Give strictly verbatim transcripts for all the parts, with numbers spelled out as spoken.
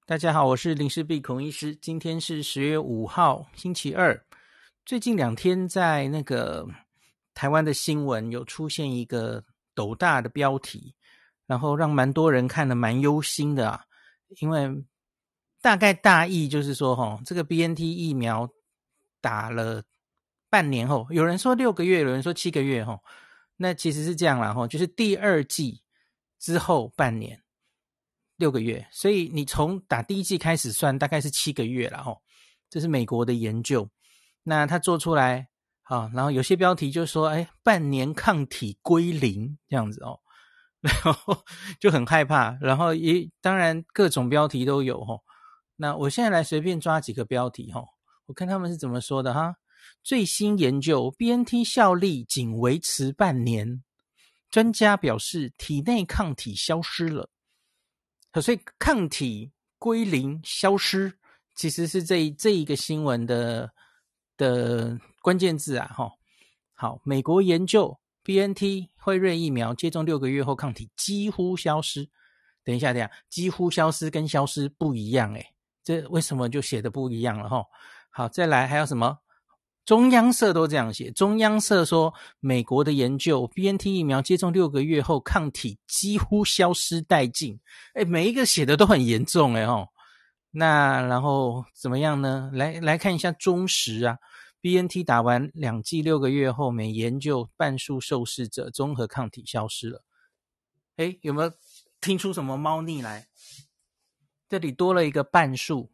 大家好，我是林氏璧孔医师。今天是十月五号，星期二。最近两天在那个台湾的新闻有出现一个斗大的标题，然后让蛮多人看得蛮忧心的啊。因为大概大意就是说，齁，这个 B N T 疫苗打了半年后，有人说六个月，有人说七个月，齁，那其实是这样啦，齁，就是第二剂之后半年。六个月，所以你从打第一剂开始算，大概是七个月啦齁。这是美国的研究，那他做出来，好，然后有些标题就说，哎，半年抗体归零这样子哦，然后就很害怕，然后也当然各种标题都有齁。那我现在来随便抓几个标题齁，我看他们是怎么说的哈。最新研究 B N T 效力仅维持半年，专家表示体内抗体消失了。所以抗体归零消失其实是这这一个新闻的的关键字啊齁。好，美国研究 B N T 辉瑞疫苗接种六个月后抗体几乎消失。等一下等一下，几乎消失跟消失不一样诶，这为什么就写的不一样了齁。好，再来还有什么？中央社都这样写，中央社说美国的研究 B N T 疫苗接种六个月后抗体几乎消失殆尽。诶，每一个写的都很严重诶齁。那然后怎么样呢？来来看一下中时啊 B N T 打完两剂六个月后，每研究半数受试者综合抗体消失了。诶，有没有听出什么猫腻来？这里多了一个半数。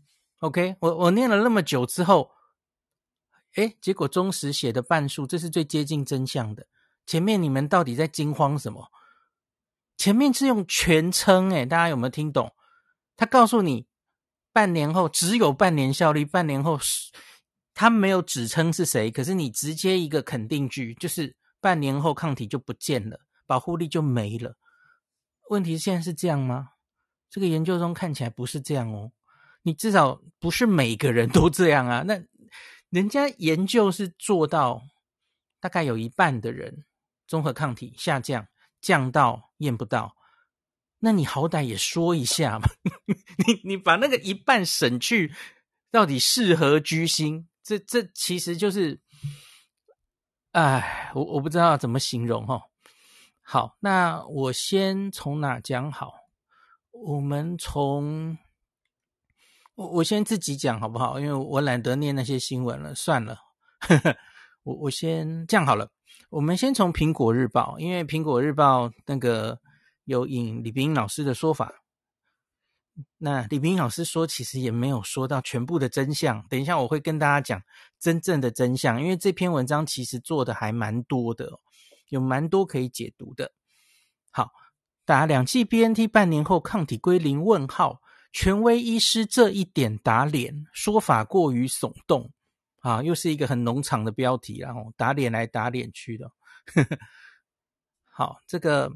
OK， 我我念了那么久之后，诶，结果中时写的半数，这是最接近真相的。前面你们到底在惊慌什么？前面是用全称诶，大家有没有听懂？他告诉你半年后只有半年效力，半年后他没有指称是谁，可是你直接一个肯定句，就是半年后抗体就不见了，保护力就没了。问题现在是这样吗？这个研究中看起来不是这样哦。你至少不是每个人都这样啊。那人家研究是做到大概有一半的人综合抗体下降，降到验不到，那你好歹也说一下嘛。你你把那个一半省去，到底是何居心？这这其实就是，哎，我我不知道怎么形容齁。好，那我先从哪讲好？我们从我我先自己讲好不好？因为我懒得念那些新闻了，算了。我我先这样好了，我们先从苹果日报，因为苹果日报那个有引李秉老师的说法。那李秉老师说其实也没有说到全部的真相，等一下我会跟大家讲真正的真相，因为这篇文章其实做的还蛮多的，有蛮多可以解读的。好，打两剂 B N T 半年后抗体归零问号，权威医师这一点打脸，说法过于耸动啊，又是一个很农场的标题，然后打脸来打脸去的。好，这个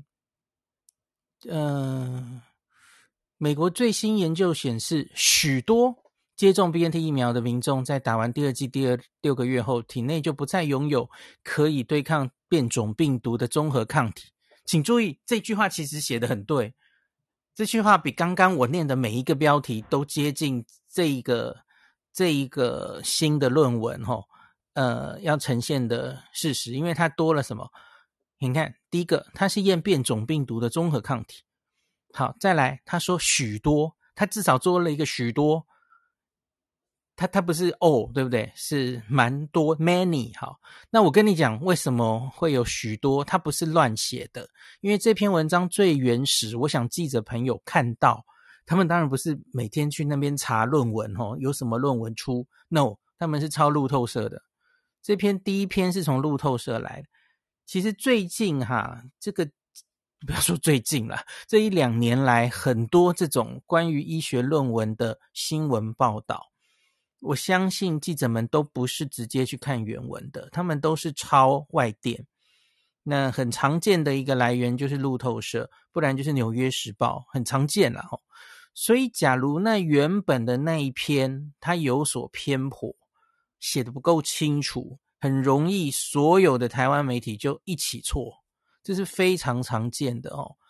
呃美国最新研究显示，许多接种 B N T 疫苗的民众在打完第二剂第二六个月后，体内就不再拥有可以对抗变种病毒的综合抗体。请注意，这句话其实写得很对，这句话比刚刚我念的每一个标题都接近这一个这一个新的论文齁，呃，要呈现的事实，因为它多了什么？你看，第一个，它是验变种病毒的综合抗体。好，再来，他说许多，他至少做了一个许多，他他不是哦，对不对？是蛮多 many。 好，那我跟你讲为什么会有许多，他不是乱写的，因为这篇文章最原始，我想记者朋友看到，他们当然不是每天去那边查论文哦，有什么论文出 no， 他们是抄路透社的。这篇第一篇是从路透社来的。其实最近哈，这个不要说最近啦，这一两年来很多这种关于医学论文的新闻报道，我相信记者们都不是直接去看原文的，他们都是抄外电。那很常见的一个来源就是路透社，不然就是纽约时报，很常见啦齁。所以假如那原本的那一篇它有所偏颇，写得不够清楚，很容易所有的台湾媒体就一起错，这是非常常见的哦。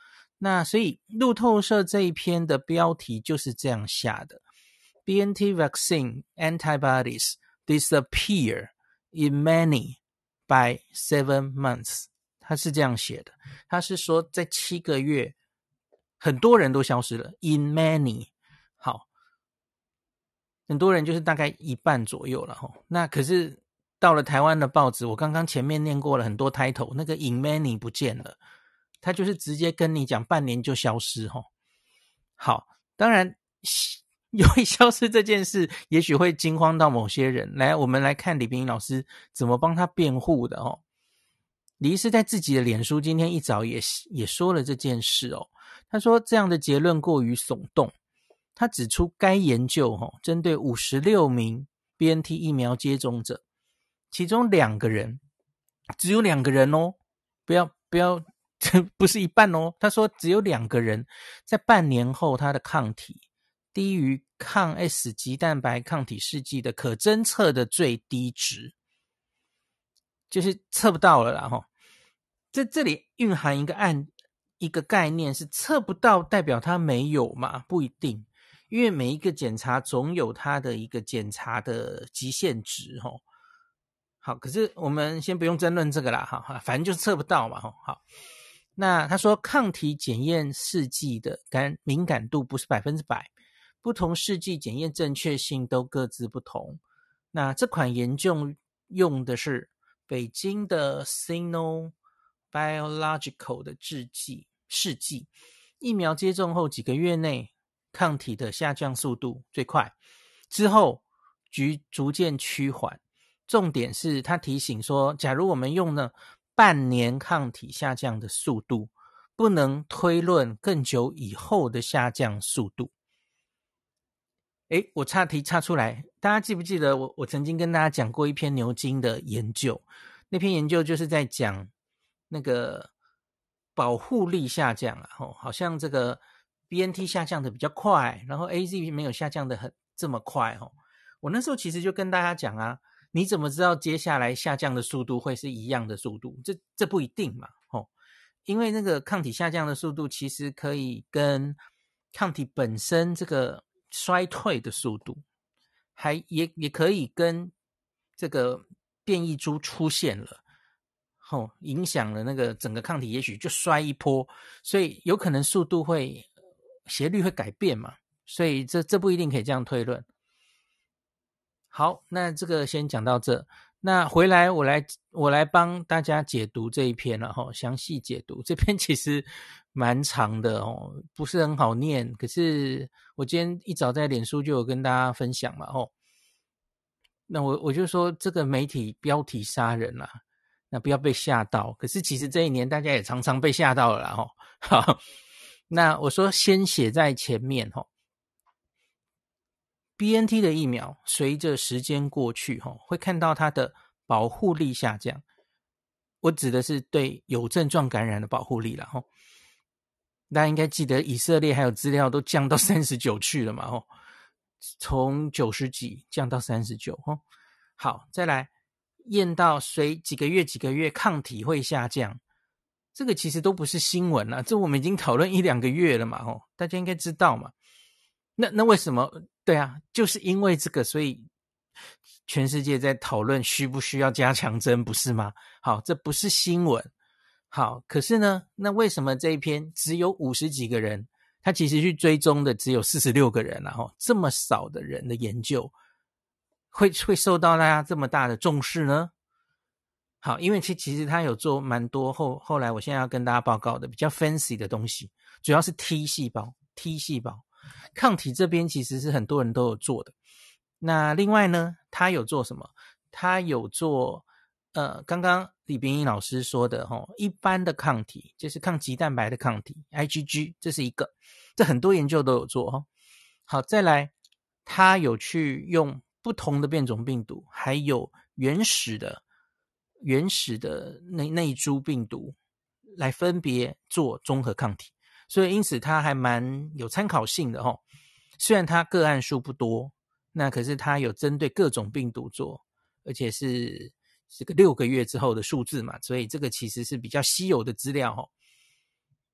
那所以路透社这一篇的标题就是这样下的 ：B N T vaccine antibodies disappear in many by seven months。他是这样写的，他是说在七个月，很多人都消失了。In many， 好，很多人就是大概一半左右了哈。那可是到了台湾的报纸，我刚刚前面念过了很多 title， 那个 in many 不见了，他就是直接跟你讲半年就消失哈。好，当然因为消失这件事，也许会惊慌到某些人。来，我们来看李秉颖老师怎么帮他辩护的哦。李医师在自己的脸书今天一早也也说了这件事哦。他说这样的结论过于耸动。他指出该研究哦，针对五十六名 B N T 疫苗接种者，其中两个人，只有两个人哦，不要不要，不是一半哦。他说只有两个人在半年后他的抗体低于抗 S 棘蛋白抗体试剂的可侦测的最低值，就是测不到了啦齁。这这里蕴含一个案一个概念是测不到代表它没有嘛？不一定，因为每一个检查总有它的一个检查的极限值齁。好，可是我们先不用争论这个啦哈，反正就是测不到嘛齁。好，那他说抗体检验试剂的感敏感度不是百分之百，不同试剂检验正确性都各自不同。那这款研究用的是北京的 Sino Biological 的制剂试剂，疫苗接种后几个月内抗体的下降速度最快，之后逐逐渐趋缓。重点是他提醒说，假如我们用了半年抗体下降的速度，不能推论更久以后的下降速度。诶，我岔题岔出来，大家记不记得我我曾经跟大家讲过一篇牛津的研究，那篇研究就是在讲那个保护力下降啊，哦，好像这个 B N T 下降的比较快，然后 A Z 没有下降的很这么快哦。我那时候其实就跟大家讲啊，你怎么知道接下来下降的速度会是一样的速度？这这不一定嘛，哦，因为那个抗体下降的速度其实可以跟抗体本身这个衰退的速度，还也也可以跟这个变异株出现了，哦，影响了那个整个抗体，也许就衰一波，所以有可能速度会斜率会改变嘛，所以这这不一定可以这样推论。好，那这个先讲到这。那回来我来我来帮大家解读这一篇了齁，详细解读。这篇其实蛮长的哦，不是很好念，可是我今天一早在脸书就有跟大家分享嘛齁。那我我就说这个媒体标题杀人啦，那不要被吓到。可是其实这一年大家也常常被吓到了啦齁。好，那我说先写在前面齁。B N T 的疫苗随着时间过去会看到它的保护力下降，我指的是对有症状感染的保护力啦。大家应该记得以色列还有资料都降到三十九去了嘛，从九十几降到三十九。好，再来验到随几个月几个月抗体会下降，这个其实都不是新闻啦，这我们已经讨论一两个月了嘛，大家应该知道嘛。那那为什么？对啊，就是因为这个，所以全世界在讨论需不需要加强针，不是吗？好，这不是新闻。好，可是呢，那为什么这一篇只有五十几个人，他其实去追踪的只有四十六个人啦，齁，这么少的人的研究，会会受到大家这么大的重视呢？好，因为其其实他有做蛮多后后来我现在要跟大家报告的比较 fancy 的东西，主要是 T 细胞 T 细胞抗体这边其实是很多人都有做的。那另外呢，他有做什么？他有做呃，刚刚李秉颖老师说的齁，一般的抗体就是抗棘蛋白的抗体 I G G， 这是一个，这很多研究都有做齁。好，再来他有去用不同的变种病毒，还有原始的原始的内内株病毒来分别做综合抗体，所以因此它还蛮有参考性的齁。虽然它个案数不多，那可是它有针对各种病毒做，而且是这个六个月之后的数字嘛，所以这个其实是比较稀有的资料齁。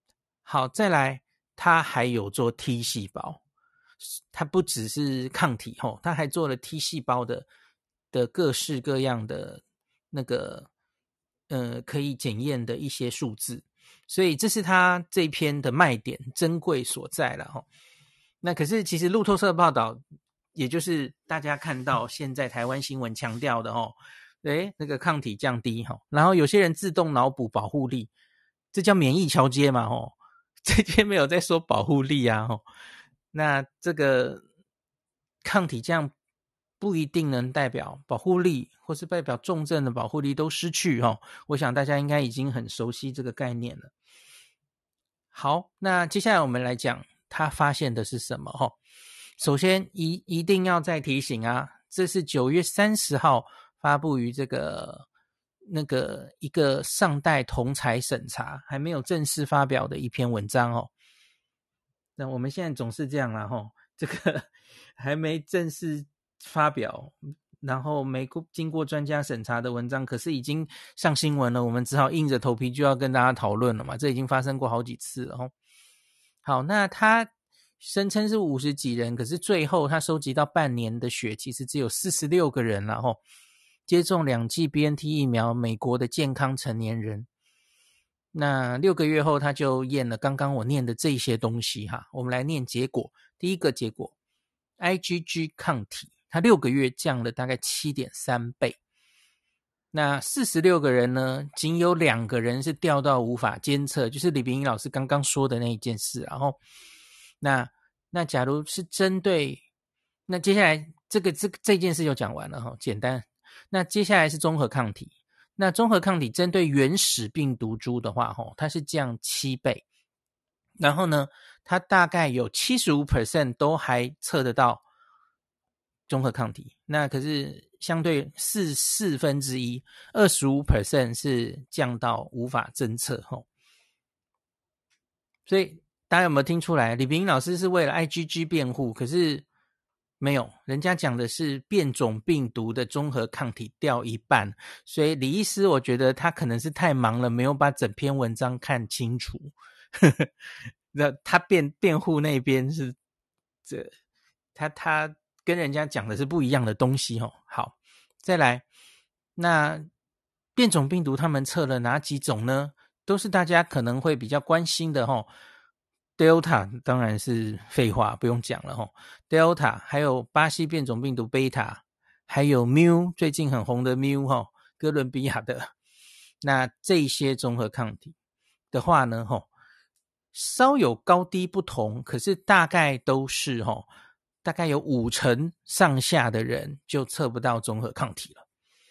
好，再来，他还有做 T 细胞，他不只是抗体吼，他还做了 T 细胞的的各式各样的那个呃可以检验的一些数字，所以这是他这篇的卖点珍贵所在了吼。那可是其实路透社报道，也就是大家看到现在台湾新闻强调的吼，诶那个抗体降低吼，然后有些人自动脑补保护力，这叫免疫桥接嘛吼。这边没有在说保护力啊吼，那这个抗体这样不一定能代表保护力，或是代表重症的保护力都失去吼，我想大家应该已经很熟悉这个概念了。好，那接下来我们来讲他发现的是什么吼。首先一一定要再提醒啊，这是九月三十号发布于这个那个一个上代同侪审查，还没有正式发表的一篇文章哦。那我们现在总是这样啦吼，这个还没正式发表，然后没经过专家审查的文章，可是已经上新闻了，我们只好硬着头皮就要跟大家讨论了嘛，这已经发生过好几次了吼。好，那他声称是五十几人，可是最后他收集到半年的血，其实只有四十六个人啦吼。接种两剂 B N T 疫苗，美国的健康成年人。那六个月后他就验了刚刚我念的这些东西哈，我们来念结果。第一个结果 I G G 抗体，他六个月降了大概 七点三 倍。那四十六个人呢，仅有两个人是掉到无法监测，就是李秉颖老师刚刚说的那一件事。然后那那假如是针对，那接下来这个这个这件事就讲完了哈，简单。那接下来是综合抗体，那综合抗体针对原始病毒株的话吼，它是降七倍，然后呢它大概有 百分之七十五 都还测得到综合抗体，那可是相对四四分之一 百分之二十五 是降到无法侦测吼。所以大家有没有听出来，李秉颖老师是为了 I G G 辩护，可是没有，人家讲的是变种病毒的综合抗体掉一半，所以李医师我觉得他可能是太忙了，没有把整篇文章看清楚。那他辩辩护那边是这他他跟人家讲的是不一样的东西哦。好，再来，那变种病毒他们测了哪几种呢？都是大家可能会比较关心的哦。Delta 当然是废话，不用讲了吼。Delta 还有巴西变种病毒 Beta， 还有 Mu 最近很红的 Mu 吼，哥伦比亚的。那这些综合抗体的话呢吼，稍有高低不同，可是大概都是吼，大概有五成上下的人就测不到综合抗体了。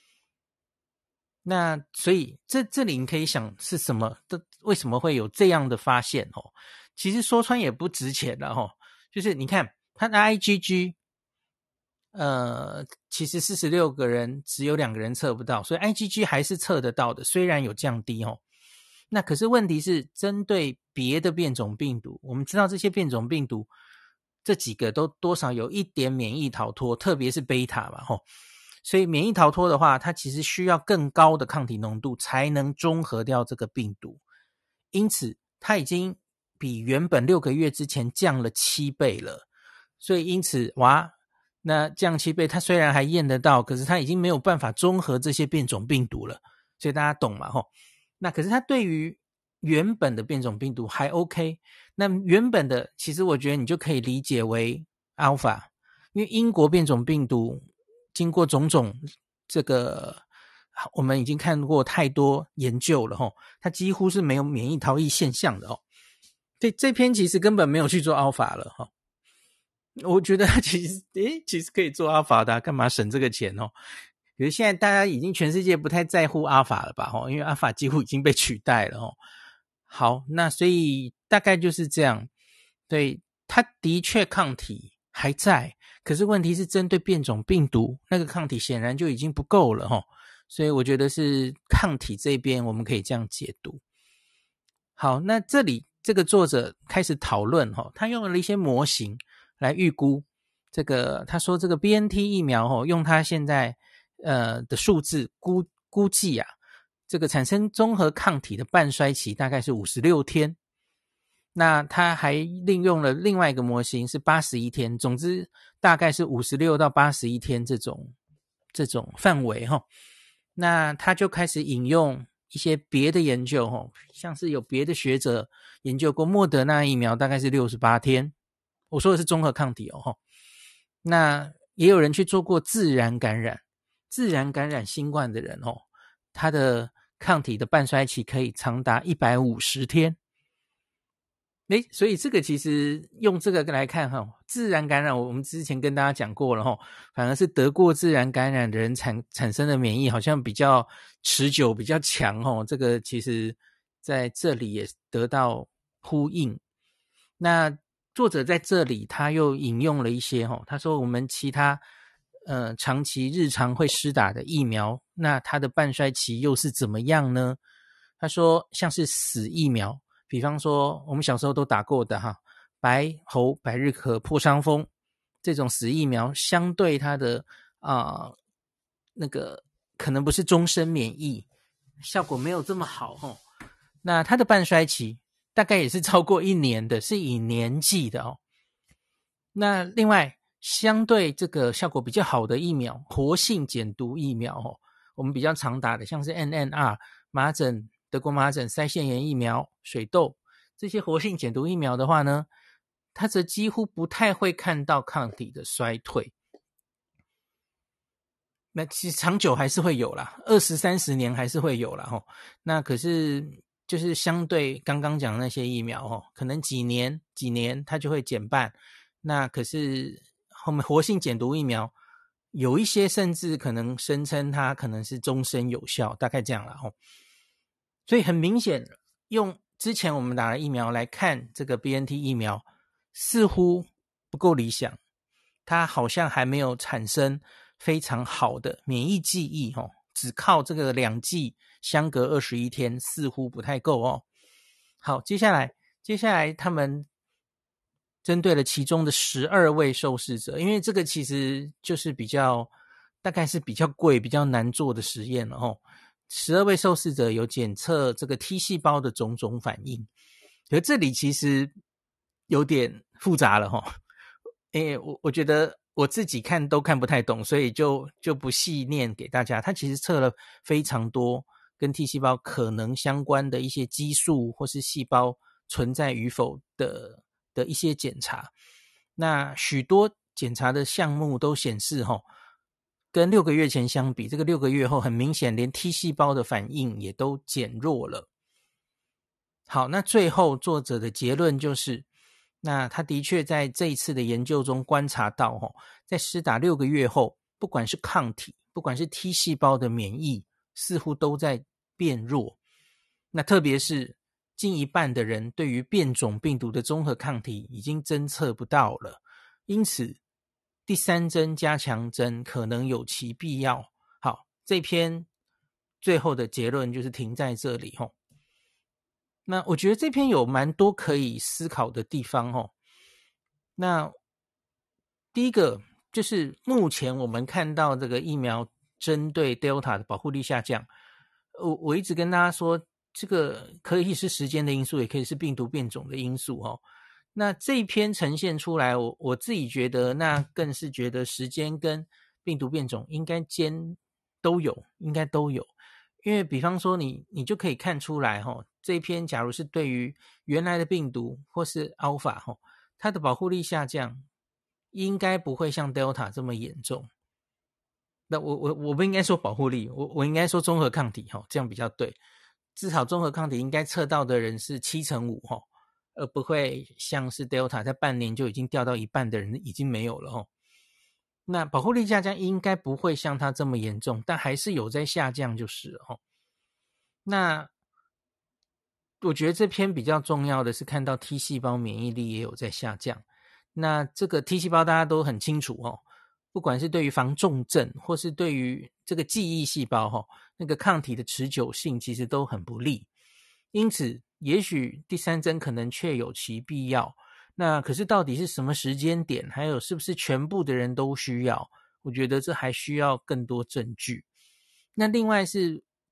那所以这这里你可以想是什么的，为什么会有这样的发现哦？其实说穿也不值钱了齁，就是你看他的 I G G 呃其实四十六个人只有两个人测不到，所以 I G G 还是测得到的，虽然有降低齁。那可是问题是针对别的变种病毒，我们知道这些变种病毒这几个都多少有一点免疫逃脱，特别是贝塔嘛齁。所以免疫逃脱的话，它其实需要更高的抗体浓度才能中和掉这个病毒，因此它已经比原本六个月之前降了七倍了。所以因此哇，那降七倍，它虽然还验得到，可是它已经没有办法中和这些变种病毒了。所以大家懂嘛齁？那可是它对于原本的变种病毒还 OK， 那原本的其实我觉得你就可以理解为 Alpha， 因为英国变种病毒经过种种这个我们已经看过太多研究了齁，它几乎是没有免疫逃逸现象的哦。这这篇其实根本没有去做 Alpha 了齁，我觉得其实诶其实可以做 Alpha 的、啊、干嘛省这个钱哦？可是现在大家已经全世界不太在乎 Alpha 了吧齁，因为 Alpha 几乎已经被取代了齁。好，那所以大概就是这样。对，它的确抗体还在，可是问题是针对变种病毒，那个抗体显然就已经不够了齁。所以我觉得是抗体这边我们可以这样解读。好，那这里这个作者开始讨论齁，他用了一些模型来预估这个，他说这个 B N T 疫苗齁，用他现在呃的数字估估计啊，这个产生综合抗体的半衰期大概是五十六天。 那他还利用了另外一个模型是八十一天，总之大概是五十六到八十一天这种这种范围齁。那他就开始引用一些别的研究齁，像是有别的学者研究过莫德纳疫苗大概是六十八天，我说的是综合抗体哦齁。那也有人去做过自然感染，自然感染新冠的人哦，他的抗体的半衰期可以长达一百五十天。诶，所以这个其实用这个来看哈，自然感染我们之前跟大家讲过了哈，反而是得过自然感染的人产产生的免疫好像比较持久、比较强哈，这个其实在这里也得到呼应。那作者在这里他又引用了一些哈，他说我们其他呃长期日常会施打的疫苗，那它的半衰期又是怎么样呢？他说像是死疫苗。比方说我们小时候都打过的哈，白喉、百日咳、破伤风这种死疫苗，相对它的啊、呃、那个可能不是终身免疫，效果没有这么好齁。那它的半衰期大概也是超过一年的，是以年计的哦。那另外相对这个效果比较好的疫苗，活性减毒疫苗哦，我们比较常打的像是 N N R 麻疹、德国麻疹、腮腺炎疫苗、水痘这些活性减毒疫苗的话呢，它则几乎不太会看到抗体的衰退。那其实长久还是会有啦，二十三十年还是会有啦齁。那可是就是相对刚刚讲的那些疫苗齁，可能几年几年它就会减半。那可是后面活性减毒疫苗有一些甚至可能声称它可能是终身有效，大概这样啦齁。所以很明显，用之前我们打的疫苗来看这个 B N T 疫苗似乎不够理想，它好像还没有产生非常好的免疫记忆哦，只靠这个两剂相隔二十一天似乎不太够哦。好，接下来接下来他们针对了其中的十二位受试者，因为这个其实就是比较大概是比较贵比较难做的实验了哦。十二位受试者有检测这个 T 细胞的种种反应，可这里其实有点复杂了齁。诶，我我觉得我自己看都看不太懂，所以就就不细念给大家。它其实测了非常多跟 T 细胞可能相关的一些激素或是细胞存在与否的的一些检查。那许多检查的项目都显示齁，跟六个月前相比，这个六个月后很明显连 T 细胞的反应也都减弱了。好，那最后作者的结论就是，那他的确在这一次的研究中观察到齁，在施打六个月后，不管是抗体，不管是 T 细胞的免疫似乎都在变弱。那特别是近一半的人对于变种病毒的综合抗体已经侦测不到了，因此第三针加强针可能有其必要。好，这篇最后的结论就是停在这里齁。那我觉得这篇有蛮多可以思考的地方齁。那第一个就是目前我们看到这个疫苗针对 Delta 的保护力下降，我我一直跟大家说，这个可以是时间的因素，也可以是病毒变种的因素齁。那这一篇呈现出来，我我自己觉得，那更是觉得时间跟病毒变种应该兼都有，应该都有。因为比方说你你就可以看出来齁，这一篇假如是对于原来的病毒或是 Alpha 齁，它的保护力下降应该不会像 Delta 这么严重。那我我我不应该说保护力，我我应该说综合抗体齁，这样比较对。至少综合抗体应该测到的人是七成五齁，而不会像是 Delta 在半年就已经掉到一半的人已经没有了齁。那保护力下降应该不会像它这么严重，但还是有在下降就是了齁。那我觉得这篇比较重要的是看到 T 细胞免疫力也有在下降。那这个 T 细胞大家都很清楚齁，不管是对于防重症或是对于这个记忆细胞齁，那个抗体的持久性其实都很不利。因此也许第三针可能确有其必要，那可是到底是什么时间点，还有是不是全部的人都需要，我觉得这还需要更多证据。那另外是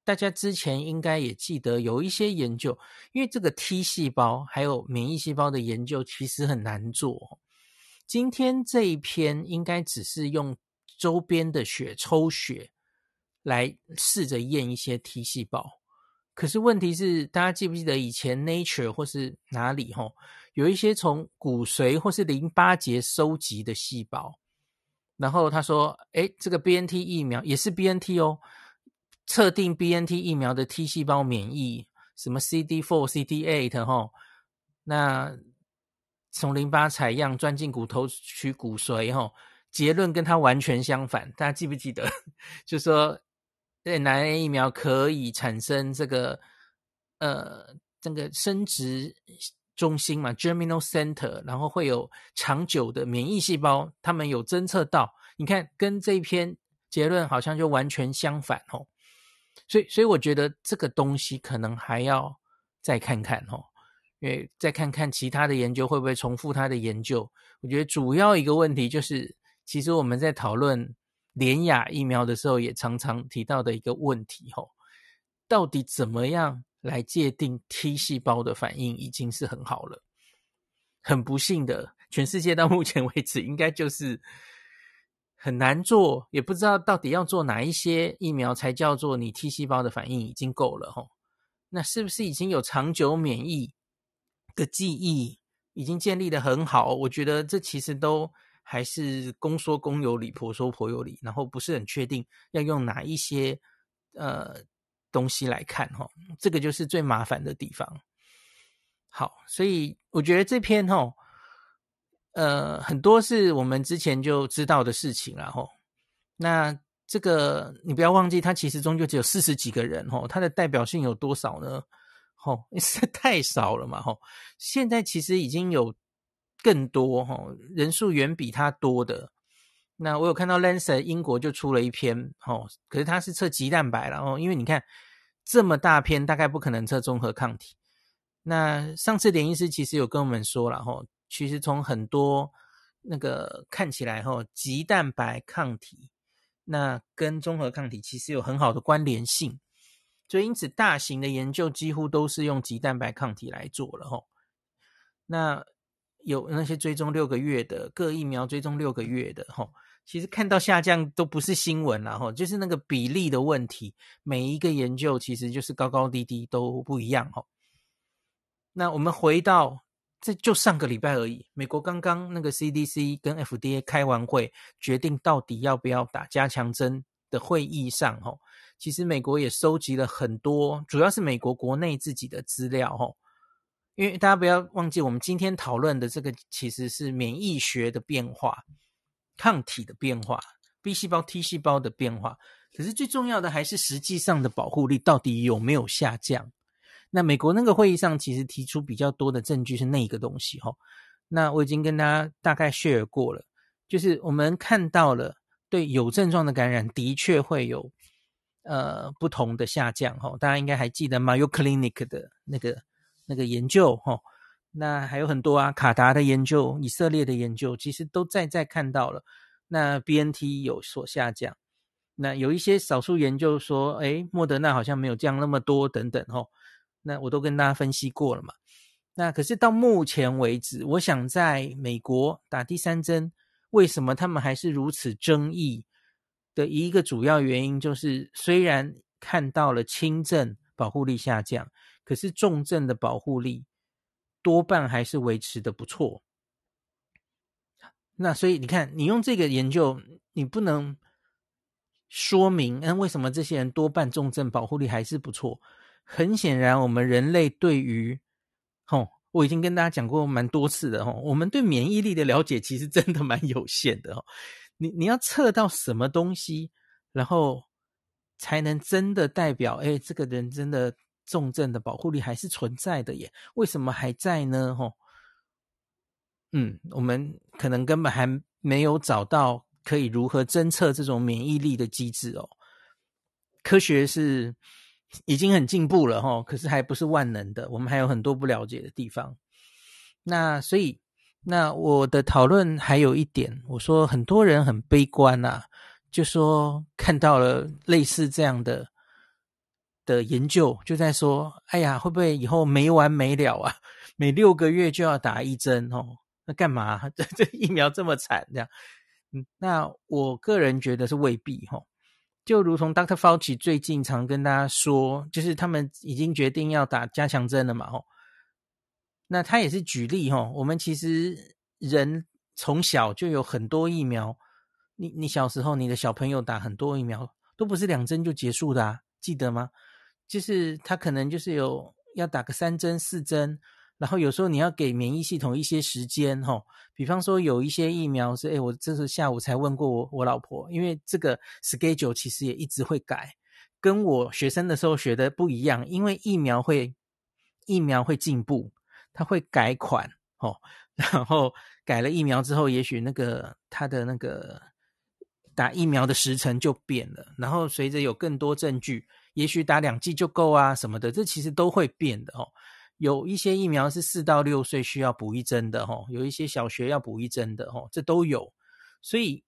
大家之前应该也记得有一些研究，因为这个 T 细胞还有免疫细胞的研究其实很难做。今天这一篇应该只是用周边的血抽血来试着验一些 T 细胞。可是问题是，大家记不记得以前 Nature 或是哪里齁，有一些从骨髓或是淋巴结收集的细胞，然后他说诶这个 B N T 疫苗也是 B N T 哦，测定 B N T 疫苗的 T 细胞免疫，什么 C D 四 C D 八 齁，那从淋巴采样钻进骨头取骨髓齁，结论跟它完全相反。大家记不记得就说对哪 A 疫苗可以产生这个呃这个生殖中心嘛 Germinal Center， 然后会有长久的免疫细胞，他们有侦测到，你看跟这一篇结论好像就完全相反哦。所以所以我觉得这个东西可能还要再看看哦，因为再看看其他的研究会不会重复他的研究。我觉得主要一个问题就是其实我们在讨论联亚疫苗的时候也常常提到的一个问题齁，到底怎么样来界定 T 细胞的反应已经是很好了。很不幸的，全世界到目前为止应该就是很难做，也不知道到底要做哪一些疫苗才叫做你 T 细胞的反应已经够了齁。那是不是已经有长久免疫的记忆已经建立得很好？我觉得这其实都还是公说公有理，婆说婆有理，然后不是很确定要用哪一些呃东西来看齁，这个就是最麻烦的地方。好，所以我觉得这篇齁呃很多是我们之前就知道的事情啦齁。那这个你不要忘记，它其实中就只有四十几个人齁，它的代表性有多少呢？齁，实在太少了嘛齁。现在其实已经有更多齁，人数远比它多的。那我有看到 Lancet 英国就出了一篇齁，可是它是测棘蛋白啦齁，因为你看这么大篇大概不可能测综合抗体。那上次连医师其实有跟我们说啦齁，其实从很多那个看起来齁，棘蛋白抗体那跟综合抗体其实有很好的关联性，所以因此大型的研究几乎都是用棘蛋白抗体来做了齁。那有那些追踪六个月的，各疫苗追踪六个月的齁，其实看到下降都不是新闻啦齁，就是那个比例的问题，每一个研究其实就是高高低低都不一样齁。那我们回到这就上个礼拜而已，美国刚刚那个 C D C 跟 F D A 开完会，决定到底要不要打加强针的会议上齁，其实美国也收集了很多，主要是美国国内自己的资料齁。因为大家不要忘记，我们今天讨论的这个其实是免疫学的变化，抗体的变化， B 细胞 T 细胞的变化，可是最重要的还是实际上的保护力到底有没有下降。那美国那个会议上其实提出比较多的证据是那个东西齁，那我已经跟大家大概 share 过了，就是我们看到了对有症状的感染的确会有呃不同的下降齁，大家应该还记得 Mayo Clinic 的那个那个研究齁，那还有很多啊，卡达的研究，以色列的研究，其实都在在看到了那 B N T 有所下降。那有一些少数研究说诶莫德纳好像没有降那么多等等齁，那我都跟大家分析过了嘛。那可是到目前为止，我想在美国打第三针，为什么他们还是如此争议的一个主要原因，就是虽然看到了轻症保护力下降，可是重症的保护力多半还是维持的不错。那所以你看，你用这个研究，你不能说明嗯为什么这些人多半重症保护力还是不错。很显然我们人类对于齁，我已经跟大家讲过蛮多次的齁，我们对免疫力的了解其实真的蛮有限的齁。你你要测到什么东西，然后才能真的代表诶这个人真的重症的保护力还是存在的耶？为什么还在呢齁？嗯，我们可能根本还没有找到可以如何侦测这种免疫力的机制哦。科学是已经很进步了齁，可是还不是万能的，我们还有很多不了解的地方。那所以那我的讨论还有一点，我说很多人很悲观啊，就说看到了类似这样的的研究就在说，哎呀，会不会以后没完没了啊？每六个月就要打一针哦，那干嘛？这这疫苗这么惨这样？嗯，那我个人觉得是未必哈、哦。就如同 Doctor Fauci 最近常跟大家说，就是他们已经决定要打加强针了嘛吼。那他也是举例吼，我们其实人从小就有很多疫苗，你你小时候你的小朋友打很多疫苗，都不是两针就结束的啊，记得吗？就是他可能就是有要打个三针四针，然后有时候你要给免疫系统一些时间吼，比方说有一些疫苗是，诶我这是下午才问过我我老婆，因为这个 schedule 其实也一直会改，跟我学生的时候学的不一样，因为疫苗会疫苗会进步，它会改款哦，然后改了疫苗之后，也许那个它的那个打疫苗的时程就变了，然后随着有更多证据，也许打两剂就够啊什么的，这其实都会变的哦。有一些疫苗是四到六岁需要补一针的哦，有一些小学要补一针的哦，这都有。所以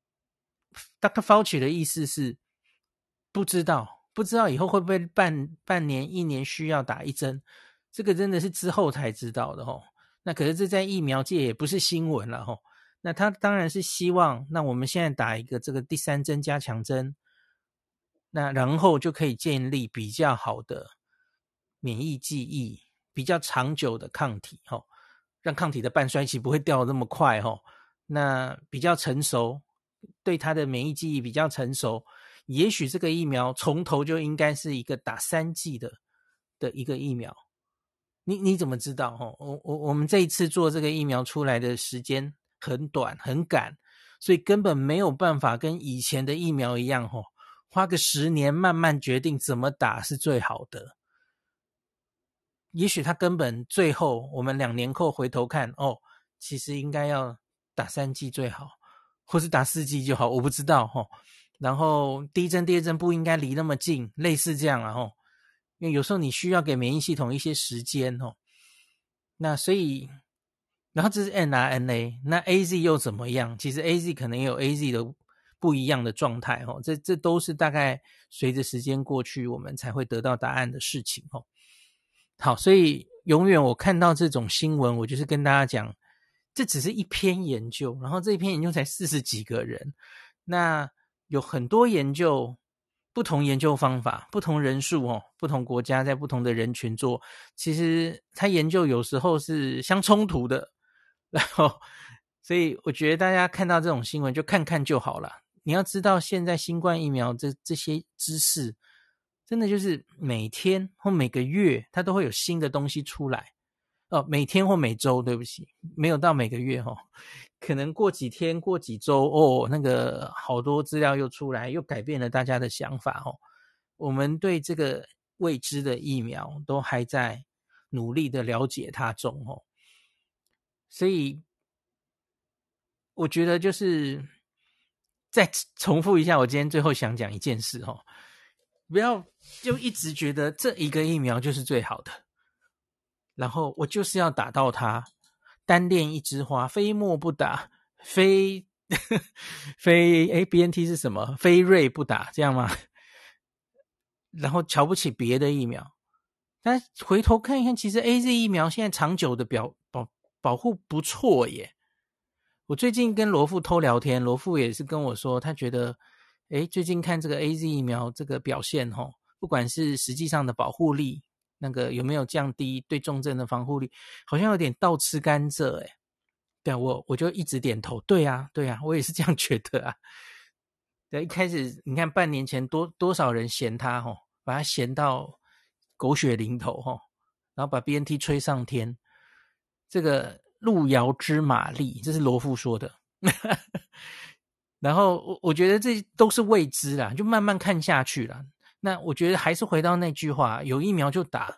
Doctor Fauci 的意思是不知道，不知道以后会不会半半年、一年需要打一针，这个真的是之后才知道的哦。那可是这在疫苗界也不是新闻了哦。那他当然是希望，那我们现在打一个这个第三针加强针，那然后就可以建立比较好的免疫记忆，比较长久的抗体哦，让抗体的半衰期不会掉那么快哦。那比较成熟，对它的免疫记忆比较成熟，也许这个疫苗从头就应该是一个打三剂的的一个疫苗。你你怎么知道？哦，我我我们这一次做这个疫苗出来的时间很短很赶，所以根本没有办法跟以前的疫苗一样哦，花个十年慢慢决定怎么打是最好的。也许他根本最后我们两年后回头看，哦，其实应该要打三剂最好，或是打四剂就好，我不知道齁。然后第一针第二针不应该离那么近，类似这样啊齁。因为有时候你需要给免疫系统一些时间齁。那所以然后这是 M R N A， 那 A Z 又怎么样？其实 A Z 可能也有 A Z 的不一样的状态齁，这这都是大概随着时间过去我们才会得到答案的事情齁。好，所以永远我看到这种新闻，我就是跟大家讲，这只是一篇研究，然后这一篇研究才四十几个人，那有很多研究，不同研究方法，不同人数哦，不同国家在不同的人群做，其实他研究有时候是相冲突的，然后所以我觉得大家看到这种新闻就看看就好了。你要知道现在新冠疫苗这这些知识，真的就是每天或每个月它都会有新的东西出来哦，每天或每周，对不起，没有到每个月哦，可能过几天过几周哦，那个好多资料又出来，又改变了大家的想法哦。我们对这个未知的疫苗都还在努力的了解它中哦，所以我觉得就是再重复一下，我今天最后想讲一件事哦，不要就一直觉得这一个疫苗就是最好的，然后我就是要打到它，单恋一枝花，非莫不打，非非诶 B N T 是什么？非瑞不打，这样吗？然后瞧不起别的疫苗，但回头看一看，其实 A Z 疫苗现在长久的表保保护不错耶。我最近跟罗富偷聊天，罗富也是跟我说，他觉得，诶，最近看这个 A Z 疫苗这个表现齁，不管是实际上的保护力，那个有没有降低对重症的防护力，好像有点倒吃甘蔗诶。对啊，我我就一直点头，对啊，对啊，我也是这样觉得啊。对，一开始你看半年前多多少人嫌他齁，把他嫌到狗血淋头齁，然后把 B N T 吹上天，这个路遥知马力，这是罗富说的。然后我我觉得这都是未知啦，就慢慢看下去啦。那我觉得还是回到那句话，有疫苗就打，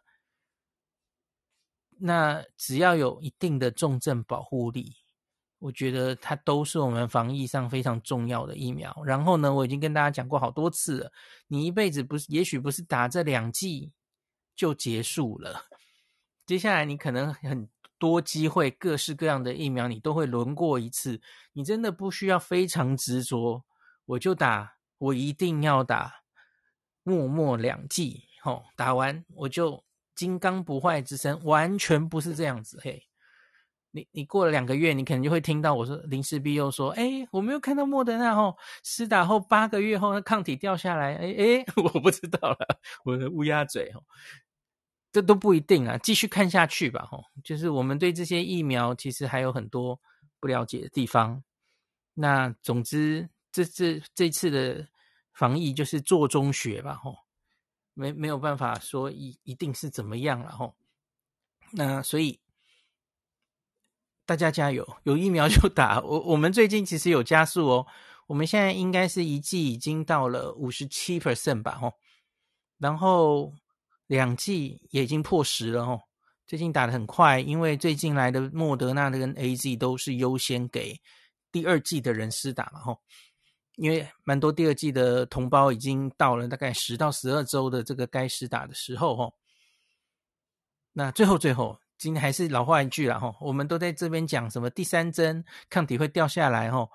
那只要有一定的重症保护力，我觉得它都是我们防疫上非常重要的疫苗。然后呢，我已经跟大家讲过好多次了，你一辈子不是，也许不是打这两剂就结束了，接下来你可能很多机会，各式各样的疫苗你都会轮过一次，你真的不需要非常执着，我就打，我一定要打默默两剂， 吼，打完我就金刚不坏之身，完全不是这样子。嘿，你你过了两个月，你可能就会听到我说林氏璧又说，哎，我没有看到莫德纳吼，施打后八个月后，那抗体掉下来，哎哎，我不知道了，我的乌鸦嘴吼。这都不一定啊，继续看下去吧吼，就是我们对这些疫苗其实还有很多不了解的地方。那总之这这这次的防疫就是做中学吧吼，没没有办法说一一定是怎么样了吼。那所以大家加油，有疫苗就打。我我们最近其实有加速哦，我们现在应该是一剂已经到了 百分之五十七 吧吼，然后两剂也已经破十了哦，最近打得很快，因为最近来的莫德纳跟 A Z 都是优先给第二剂的人施打嘛吼，因为蛮多第二剂的同胞已经到了大概十到十二周的这个该施打的时候吼。那最后最后，今天还是老话一句啦吼，我们都在这边讲什么第三针抗体会掉下来吼，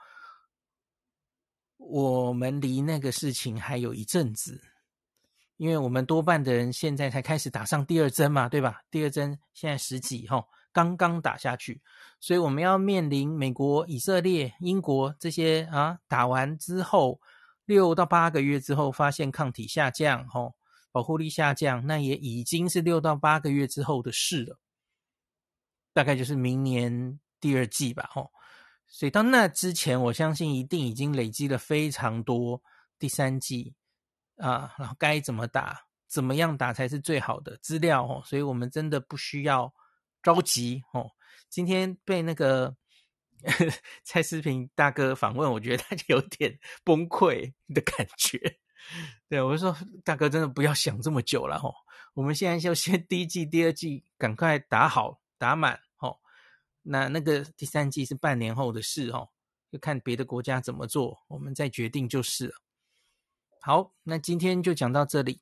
我们离那个事情还有一阵子。因为我们多半的人现在才开始打上第二针嘛，对吧？第二针现在十几齁，刚刚打下去，所以我们要面临美国、以色列、英国这些啊，打完之后六到八个月之后发现抗体下降，齁，保护力下降，那也已经是六到八个月之后的事了，大概就是明年第二季吧，齁。所以到那之前，我相信一定已经累积了非常多第三季。啊，然后该怎么打，怎么样打才是最好的资料哦，所以我们真的不需要着急哦。今天被那个蔡思平大哥访问，我觉得他就有点崩溃的感觉。对，我就说大哥真的不要想这么久了哦，我们现在就先第一季、第二季赶快打好、打满哦。那那个第三季是半年后的事哦，就看别的国家怎么做，我们再决定就是了。好，那今天就讲到这里。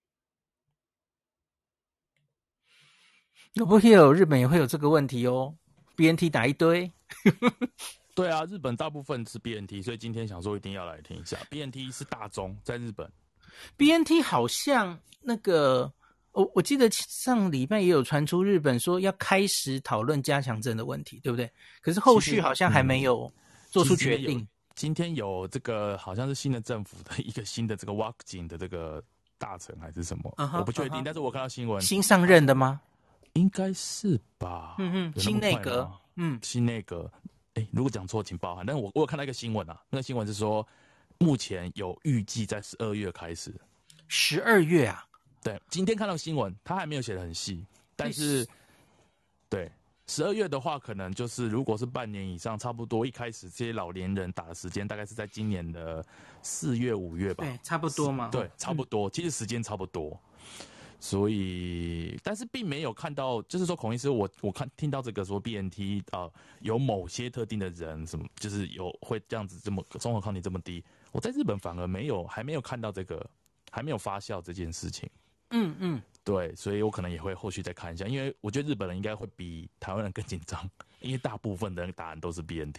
会不会有日本也会有这个问题哦 ？B N T 打一堆。 对啊，日本大部分是 B N T， 所以今天想说一定要来听一下。B N T 是大宗，在日本。 B N T 好像那个，我我记得上礼拜也有传出日本说要开始讨论加强针的问题，对不对？可是后续好像还没有做出决定。 嗯、今天有这个好像是新的政府的一个新的这个 Walking 的这个大臣还是什么， uh-huh, 我不确定， uh-huh. 但是我看到新闻， 新上任的吗？ 应该是吧。 嗯嗯，新内阁，嗯， 新内阁。哎，如果讲错请包涵。但是我我有看到一个新闻啊，那个新闻是说，目前有预计在十二月开始。 十二月啊？ 对，今天看到新闻，他还没有写得很细，但是，对，十二月的话，可能就是如果是半年以上，差不多一开始这些老年人打的时间，大概是在今年的四月、五月吧。 对，差不多嘛。 对，差不多，嗯、其实时间差不多。所以，但是并没有看到，就是说孔医师，我我看听到这个说 B N T 呃有某些特定的人什么，就是有会这样子这么综合抗体这么低，我在日本反而没有还没有看到这个，还没有发酵这件事情。 嗯嗯， 对，所以我可能也会后续再看一下，因为我觉得日本人应该会比台湾人更紧张，因为大部分的人答案都是 B N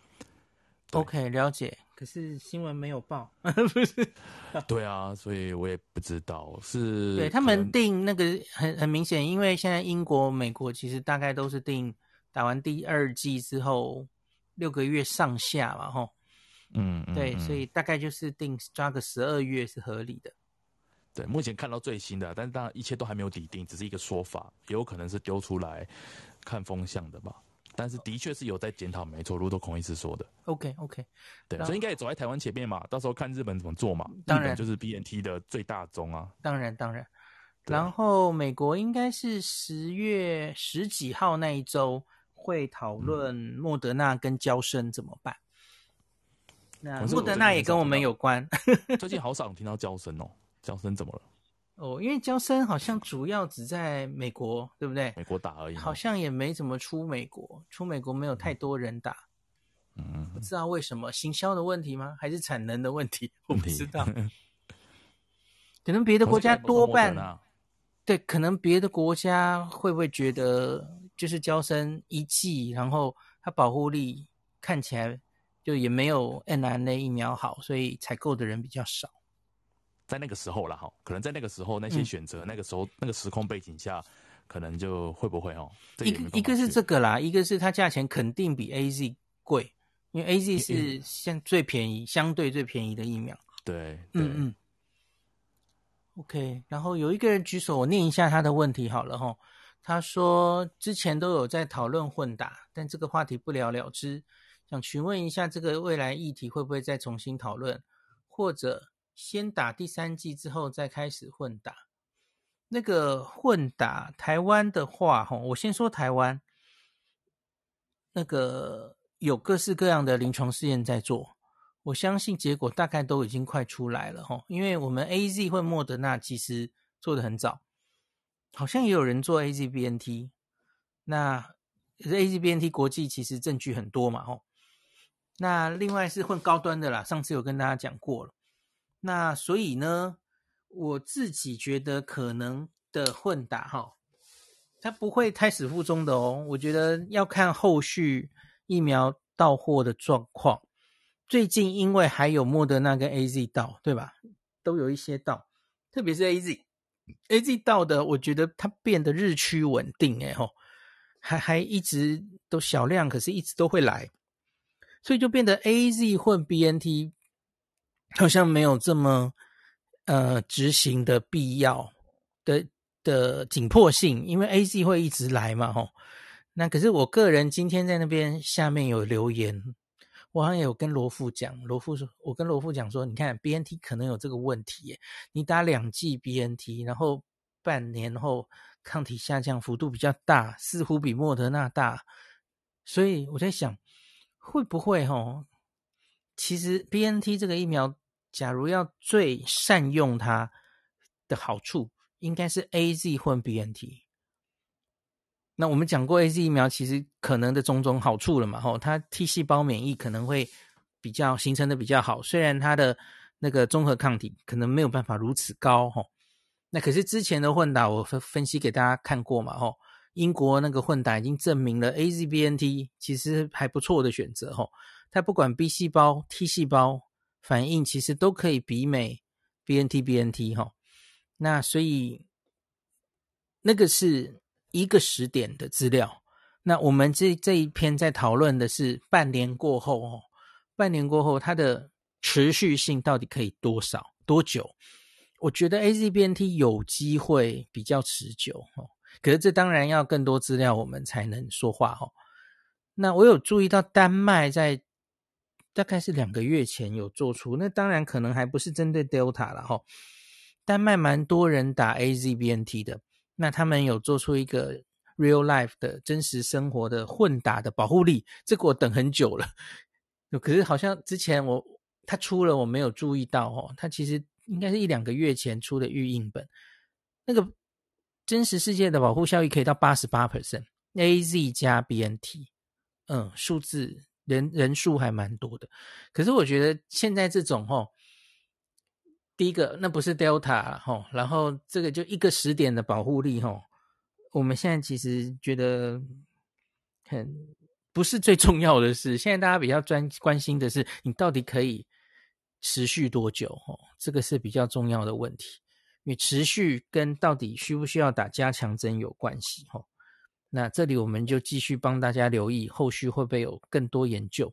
T。OK， 了解。可是新闻没有报，不是？ 对啊，所以我也不知道是。 对他们定那个很很明显，因为现在英国、美国其实大概都是定打完第二剂之后六个月上下嘛，吼。 嗯嗯， 对，所以大概就是定抓个十二月是合理的。 对，目前看到最新的，但是当然一切都还没有底定，只是一个说法，也有可能是丢出来看风向的吧。但是的确是有在检讨，没错，如同孔医师说的。 OK OK， 对，所以应该也走在台湾前面嘛，到时候看日本怎么做嘛。 当然， 日本就是 B N T 的最大宗啊。 当然当然。然后美国应该是十月十几号那一周会讨论莫德纳跟嬌生怎么办。那莫德纳也跟我们有关。 最近好少听到嬌生哦，嬌生怎么了？ 哦，因为嬌生好像主要只在美国，对不对？ 美国打而已， 好像也没怎么出美国，出美国没有太多人打。嗯，不知道为什么，行销的问题吗？还是产能的问题？我不知道。可能别的国家多半，对，可能别的国家会不会觉得就是嬌生一剂，然后它保护力看起来就也没有 N R N A 疫苗好，所以采购的人比较少。 在那个时候啦哈，可能在那个时候那些选择，嗯、那个时候那个时空背景下，可能就会不会哦？ 一个一个是这个啦，一个是它价钱肯定比 A Z 贵，因为 A Z 是相最便宜，相对最便宜的疫苗。 对， 嗯嗯。OK， 然后有一个人举手，我念一下他的问题好了哈。他说之前都有在讨论混打，但这个话题不了了之，想询问一下这个未来议题会不会再重新讨论，或者先打第三剂之后再开始混打。那个混打台湾的话哈，我先说台湾，那个有各式各样的临床试验在做，我相信结果大概都已经快出来了齁，因为我们 A Z 或莫德纳其实做得很早，好像也有人做 A Z B N T， 那 A Z B N T 国际其实证据很多嘛齁，那另外是混高端的啦，上次有跟大家讲过了，那所以呢，我自己觉得可能的混打齁，它不会胎死腹中的哦，我觉得要看后续疫苗到货的状况。最近因为还有莫德纳跟 A Z 到，对吧？都有一些到，特别是 A Z，A Z 到的，我觉得它变得日趋稳定，哎吼，还还一直都小量，可是一直都会来，所以就变得 A Z 混 B N T 好像没有这么呃执行的必要的的紧迫性，因为 A Z 会一直来嘛，吼。那可是我个人今天在那边下面有留言。我好像也有跟罗富讲，罗富说，我跟罗富讲说，你看 B N T 可能有这个问题耶，你打两剂 B N T， 然后半年后抗体下降幅度比较大，似乎比莫德纳大，所以我在想，会不会齁？其实 B N T 这个疫苗，假如要最善用它的好处，应该是 A Z 混 B N T。那我们讲过 A Z 疫苗其实可能的种种好处了嘛，吼，它 T 细胞免疫可能会比较形成的比较好，虽然它的那个综合抗体可能没有办法如此高，吼，那可是之前的混打我分析给大家看过嘛，吼，英国那个混打已经证明了 A Z B N T 其实还不错的选择，吼，它不管 B 细胞 T 细胞反应其实都可以媲美 B N T B N T， 吼，那所以那个是一个时点的资料，那我们这这一篇在讨论的是半年过后哦，半年过后它的持续性到底可以多少多久？我觉得 A Z B N T 有机会比较持久哦，可是这当然要更多资料我们才能说话哦。那我有注意到丹麦在大概是两个月前有做出，那当然可能还不是针对 Delta 啦齁，丹麦蛮多人打 A Z B N T 的。那他们有做出一个 real life 的真实生活的混打的保护力，这个我等很久了，可是好像之前我他出了我没有注意到哦，他其实应该是一两个月前出的预印本，那个真实世界的保护效益可以到 百分之八十八 A Z 加 B N T， 嗯，数字人人数还蛮多的，可是我觉得现在这种哦，第一个，那不是 Delta 齁，然后这个就一个时点的保护力齁，我们现在其实觉得很不是最重要的事，现在大家比较专关心的是你到底可以持续多久齁，这个是比较重要的问题，因为持续跟到底需不需要打加强针有关系齁。那这里我们就继续帮大家留意后续会不会有更多研究。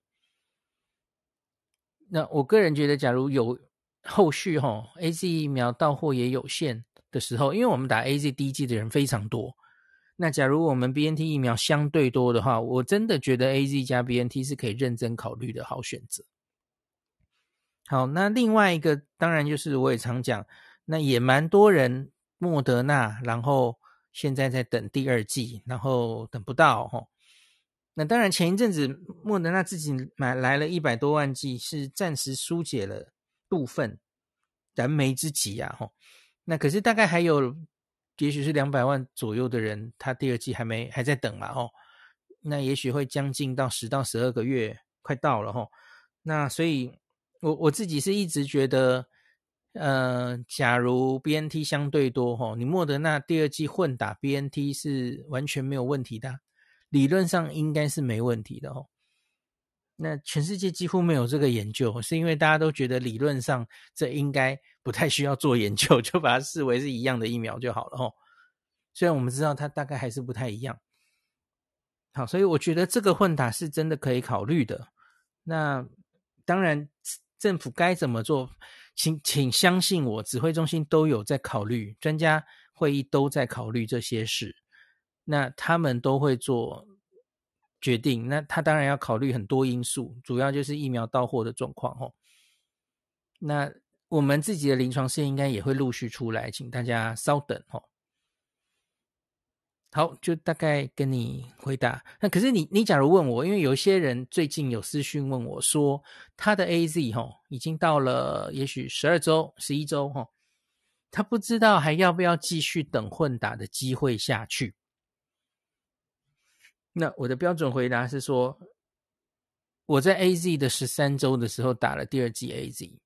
那我个人觉得假如有后续齁 A Z 疫苗到货也有限的时候，因为我们打 A Z 第一剂的人非常多，那假如我们 B N T 疫苗相对多的话，我真的觉得 A Z 加 B N T 是可以认真考虑的好选择。好，那另外一个当然就是我也常讲，那也蛮多人莫德纳，然后现在在等第二剂，然后等不到齁。那当然前一阵子莫德纳自己买来了一百多万剂，是暂时疏解了部分燃眉之急啊齁。那可是大概还有也许是两百万左右的人，他第二剂还没还在等嘛齁。那也许会将近到十到十二个月快到了齁。那所以我我自己是一直觉得呃假如 B N T 相对多齁，你莫德纳第二剂混打 B N T 是完全没有问题的，理论上应该是没问题的哦。 那全世界几乎没有这个研究，是因为大家都觉得理论上这应该不太需要做研究，就把它视为是一样的疫苗就好了齁。虽然我们知道它大概还是不太一样。好，所以我觉得这个混打是真的可以考虑的。那当然政府该怎么做，请请相信我，指挥中心都有在考虑，专家会议都在考虑这些事，那他们都会做决定。那他当然要考虑很多因素，主要就是疫苗到货的状况齁。那我们自己的临床试验应该也会陆续出来，请大家稍等齁。好，就大概跟你回答。那可是你你假如问我，因为有一些人最近有私讯问我说，他的 A Z 齁已经到了也许十二周、十一周齁，他不知道还要不要继续等混打的机会下去。那我的标准回答是说，我在 A Z 的十三周的时候打了第二剂 A Z，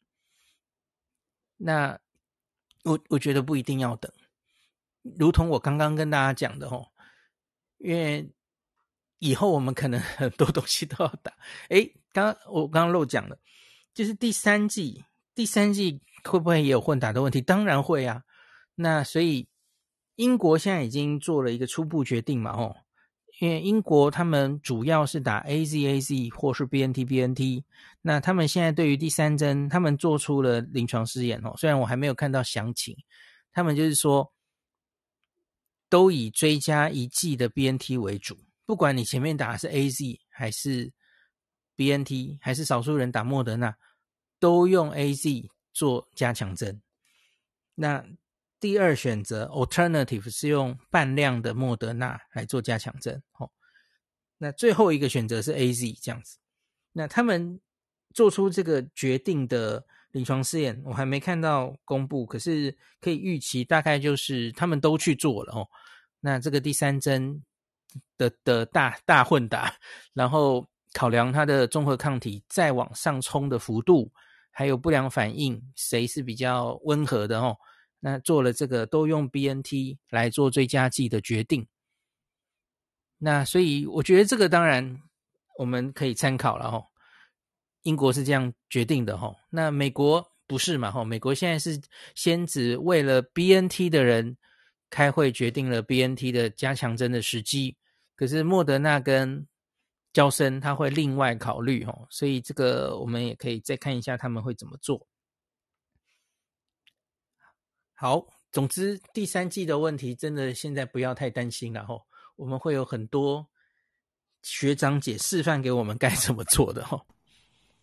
那我我觉得不一定要等。如同我刚刚跟大家讲的齁，因为以后我们可能很多东西都要打。诶，刚刚我刚刚漏讲了，就是第三季，第三季会不会也有混打的问题？当然会啊。那所以英国现在已经做了一个初步决定嘛齁，因为英国他们主要是打 A Z A Z 或是 B N T B N T， 那他们现在对于第三针他们做出了临床试验齁，虽然我还没有看到详情，他们就是说都以追加一剂的 B N T 为主，不管你前面打的是 A Z 还是 B N T 还是少数人打莫德纳，都用 A Z 做加强针。那第二选择 alternative 是用半量的莫德纳来做加强针、哦、那最后一个选择是 A Z 这样子。那他们做出这个决定的临床试验我还没看到公布，可是可以预期大概就是他们都去做了哦。那这个第三针的的大大混打，然后考量它的综合抗体再往上冲的幅度，还有不良反应谁是比较温和的哦。那做了这个都用 B N T 来做追加剂的决定。那所以我觉得这个当然我们可以参考了哦。英国是这样决定的齁，那美国不是嘛齁？美国现在是先只为了 B N T 的人开会决定了 B N T 的加强针的时机，可是莫德纳跟嬌生他会另外考虑齁，所以这个我们也可以再看一下他们会怎么做。好，总之第三季的问题真的现在不要太担心了齁，我们会有很多学长姐示范给我们该怎么做的齁。